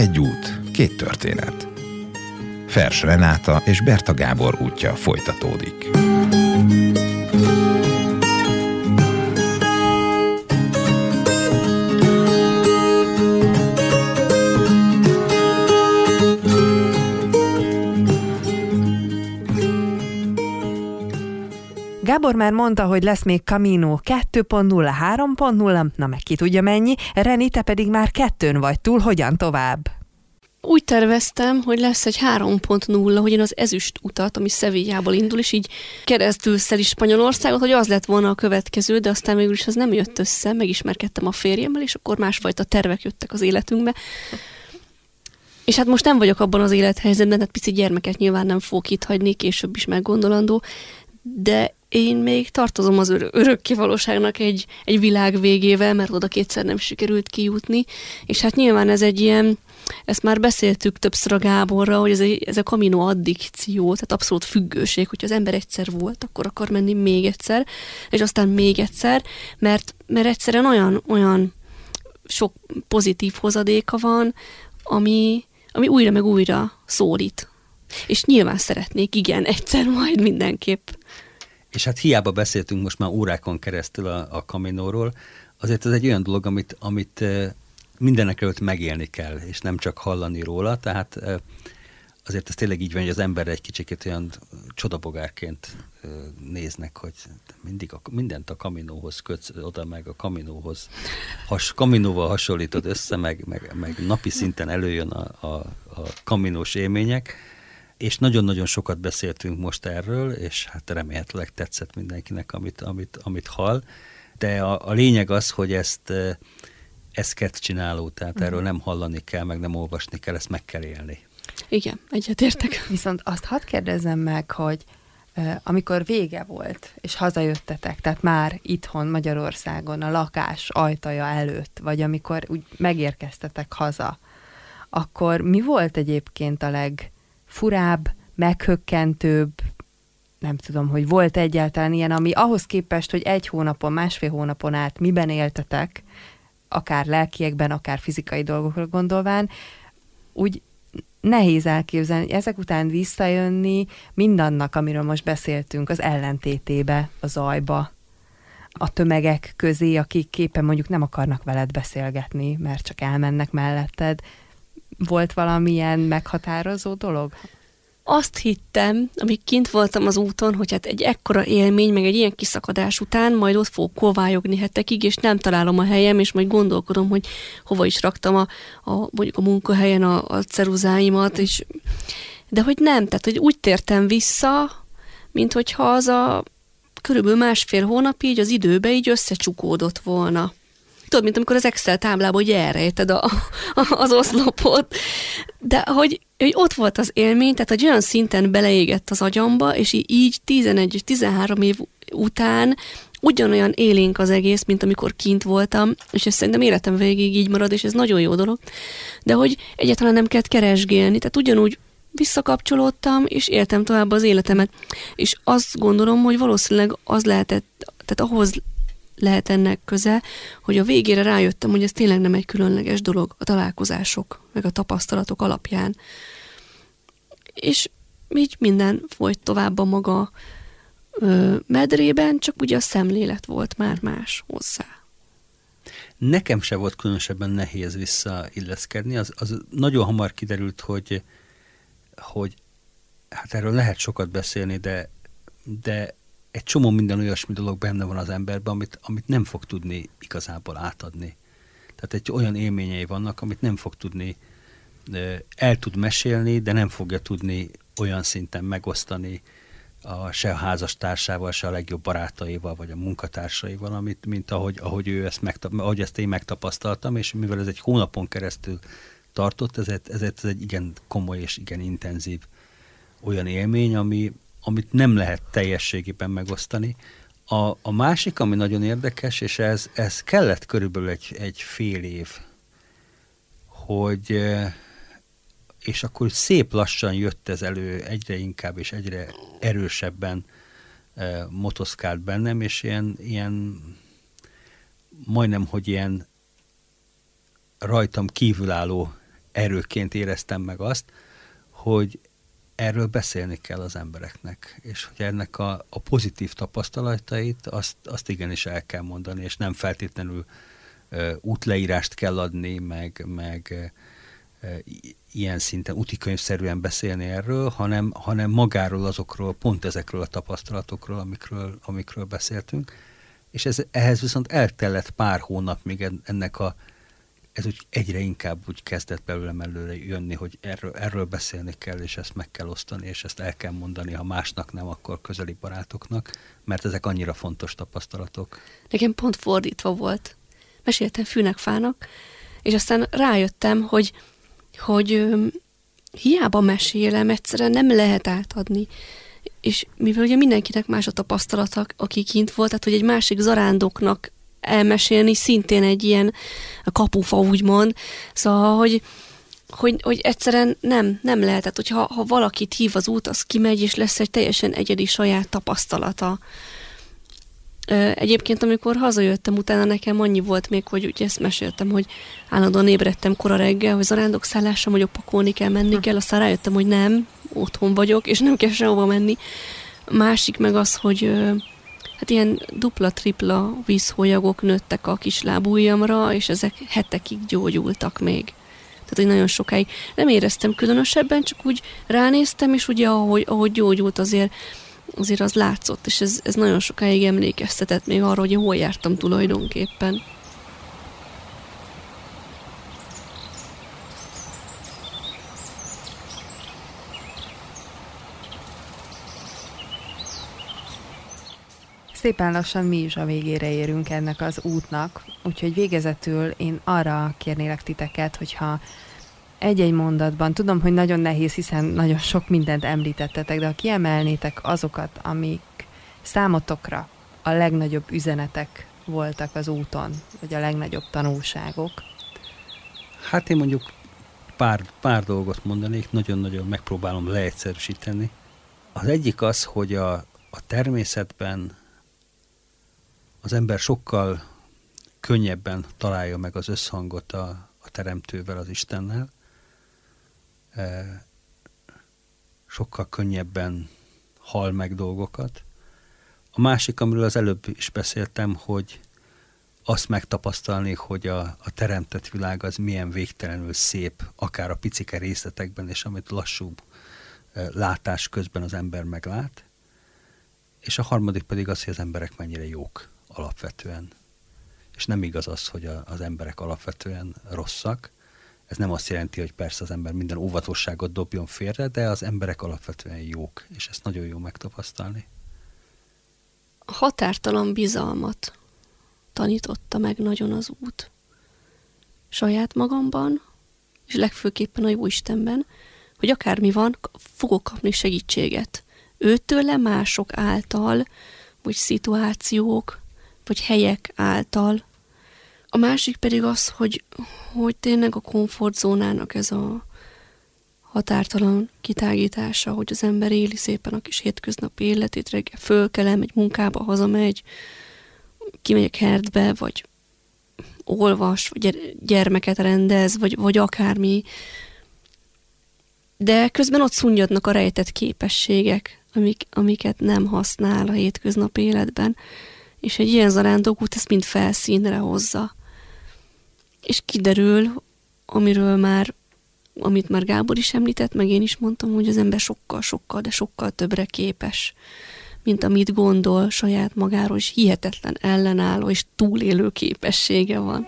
Egy út, két történet. Fers Renáta és Berta Gábor útja folytatódik. Gábor már mondta, hogy lesz még Camino 2.0, 3.0, na meg ki tudja mennyi, Reni, te pedig már 2-n vagy túl, hogyan tovább? Úgy terveztem, hogy lesz egy 3.0, hogy én az ezüst utat, ami Sevillából indul, és így keresztül szeli Spanyolországot, hogy az lett volna a következő, de aztán végül is ez nem jött össze, megismerkedtem a férjemmel, és akkor másfajta tervek jöttek az életünkbe. És hát most nem vagyok abban az élethelyzetben, tehát pici gyermeket nyilván nem fogok itt hagyni, később is meggondolandó, de én még tartozom az örökké valóságnak egy világ végével, mert oda kétszer nem sikerült kijutni, és hát nyilván ez egy ilyen, ezt már beszéltük többször a Gáborra, hogy ez a Camino addikció, tehát abszolút függőség, hogyha az ember egyszer volt, akkor akar menni még egyszer, és aztán még egyszer, mert egyszerűen olyan sok pozitív hozadéka van, ami újra meg újra szólít. És nyilván szeretnék, igen, egyszer majd mindenképp. És hát hiába beszéltünk most már órákon keresztül a Caminóról, azért ez egy olyan dolog, amit mindenek előtt megélni kell, és nem csak hallani róla, tehát azért ez tényleg így van, hogy az ember egy kicsit olyan csodabogárként néznek, hogy mindent a Caminóhoz kötsz oda, meg a Caminóval hasonlítod össze, meg napi szinten előjön a Caminós élmények, és nagyon-nagyon sokat beszéltünk most erről, és hát remélhetőleg tetszett mindenkinek, amit hall. De a lényeg az, hogy ez kettcsináló, tehát erről nem hallani kell, meg nem olvasni kell, ezt meg kell élni. Igen, egyetértek. Viszont azt hadd kérdezzem meg, hogy amikor vége volt, és hazajöttetek, tehát már itthon Magyarországon a lakás ajtaja előtt, vagy amikor úgy megérkeztetek haza, akkor mi volt egyébként a legfurább, meghökkentőbb, nem tudom, hogy volt egyáltalán ilyen, ami ahhoz képest, hogy 1 hónapon, 1,5 hónapon át miben éltetek, akár lelkiekben, akár fizikai dolgokra gondolván, úgy nehéz elképzelni, ezek után visszajönni mindannak, amiről most beszéltünk, az ellentétébe, a zajba, a tömegek közé, akik éppen mondjuk nem akarnak veled beszélgetni, mert csak elmennek melletted. Volt valamilyen meghatározó dolog? Azt hittem, amíg kint voltam az úton, hogy hát egy ekkora élmény, meg egy ilyen kiszakadás után majd ott fogok kovályogni hetekig, és nem találom a helyem, és majd gondolkodom, hogy hova is raktam mondjuk a munkahelyen a ceruzáimat, de hogy nem, tehát hogy úgy tértem vissza, mint hogyha az a körülbelül 1,5 hónap így az időbe így összecsukódott volna. Tudod, mint amikor az Excel táblából elrejted az oszlopot, de hogy ott volt az élmény, tehát hogy olyan szinten beleégett az agyamba, és így 11 és 13 év után ugyanolyan élénk az egész, mint amikor kint voltam, és ez szerintem életem végig így marad, és ez nagyon jó dolog, de hogy egyáltalán nem kellett keresgélni, tehát ugyanúgy visszakapcsolódtam, és éltem tovább az életemet. És azt gondolom, hogy valószínűleg az lehetett, tehát ahhoz lehet ennek köze, hogy a végére rájöttem, hogy ez tényleg nem egy különleges dolog, a találkozások, meg a tapasztalatok alapján. És így minden folyt tovább a maga medrében, csak ugye a szemlélet volt már más hozzá. Nekem se volt különösebben nehéz visszailleszkedni. Az nagyon hamar kiderült, hogy hát erről lehet sokat beszélni, de egy csomó minden olyasmi dolog benne van az emberben, amit nem fog tudni igazából átadni. Tehát egy olyan élményei vannak, amit nem fog tudni, el tud mesélni, de nem fogja tudni olyan szinten megosztani se a házastársával, se a legjobb barátaival, vagy a munkatársaival, mint ahogy ezt én megtapasztaltam, és mivel ez egy hónapon keresztül tartott, ez egy igen komoly és igen intenzív olyan élmény, amit nem lehet teljességében megosztani. A másik, ami nagyon érdekes, és ez kellett körülbelül egy fél év, hogy és akkor szép lassan jött ez elő, egyre inkább és egyre erősebben motoszkált bennem, és ilyen majdnem, hogy ilyen rajtam kívülálló erőként éreztem meg azt, hogy erről beszélni kell az embereknek, és hogy ennek a pozitív tapasztalatait azt igenis el kell mondani, és nem feltétlenül útleírást kell adni, meg ilyen szinten útikönyvszerűen beszélni erről, hanem magáról, azokról, pont ezekről a tapasztalatokról, amikről beszéltünk. És ehhez viszont eltellett pár hónap, még ez úgy egyre inkább úgy kezdett belőlem előre jönni, hogy erről beszélni kell, és ezt meg kell osztani, és ezt el kell mondani, ha másnak nem, akkor közeli barátoknak, mert ezek annyira fontos tapasztalatok. Nekem pont fordítva volt. Meséltem fűnek, fának, és aztán rájöttem, hogy hiába mesélem, egyszerűen nem lehet átadni. És mivel ugye mindenkinek más a tapasztalata, aki kint volt, tehát hogy egy másik zarándoknak elmesélni szintén egy ilyen kapufa, úgymond. Szóval, hogy egyszerűen nem lehet. Tehát, hogyha valakit hív az út, az kimegy, és lesz egy teljesen egyedi saját tapasztalata. Egyébként, amikor hazajöttem, utána nekem annyi volt még, hogy ugye ezt meséltem, hogy állandóan ébredtem kora reggel, hogy zarándokszállásra vagyok, pakolni kell, menni kell, aztán rájöttem, hogy nem, otthon vagyok, és nem kell sehova menni. Másik meg az, hogy hát ilyen dupla-tripla vízhólyagok nőttek a kis lábujjamra, és ezek hetekig gyógyultak még. Tehát, hogy nagyon sokáig nem éreztem különösebben, csak úgy ránéztem, és ugye ahogy gyógyult azért az látszott, és ez nagyon sokáig emlékeztetett még arra, hogy hol jártam tulajdonképpen. Szépen lassan mi is a végére érünk ennek az útnak, úgyhogy végezetül én arra kérnélek titeket, hogyha egy-egy mondatban, tudom, hogy nagyon nehéz, hiszen nagyon sok mindent említettetek, de ha kiemelnétek azokat, amik számotokra a legnagyobb üzenetek voltak az úton, vagy a legnagyobb tanulságok. Hát én mondjuk pár dolgot mondanék, nagyon-nagyon megpróbálom leegyszerűsíteni. Az egyik az, hogy a természetben az ember sokkal könnyebben találja meg az összhangot a teremtővel, az Istennel. Sokkal könnyebben hall meg dolgokat. A másik, amiről az előbb is beszéltem, hogy azt megtapasztalni, hogy a teremtett világ az milyen végtelenül szép, akár a picike részletekben, és amit lassú látás közben az ember meglát. És a harmadik pedig az, hogy az emberek mennyire jók alapvetően. És nem igaz az, hogy az emberek alapvetően rosszak. Ez nem azt jelenti, hogy persze az ember minden óvatosságot dobjon félre, de az emberek alapvetően jók, és ezt nagyon jó megtapasztalni. A határtalan bizalmat tanította meg nagyon az út. Saját magamban, és legfőképpen a Jóistenben, hogy akármi van, fogok kapni segítséget. Őtőle, mások által, vagy szituációk, vagy helyek által. A másik pedig az, hogy tényleg a komfortzónának ez a határtalan kitágítása, hogy az ember éli szépen a kis hétköznapi életét, reggel fölkel, elmegy munkába, hazamegy, kimegy a kertbe, vagy olvas, vagy gyermeket rendez, vagy akármi. De közben ott szunnyadnak a rejtett képességek, amiket nem használ a hétköznapi életben. És egy ilyen zarándokút ezt mind felszínre hozza. És kiderül, amit már Gábor is említett, meg én is mondtam, hogy az ember sokkal, de sokkal többre képes, mint amit gondol saját magáról, és hihetetlen ellenálló és túlélő képessége van.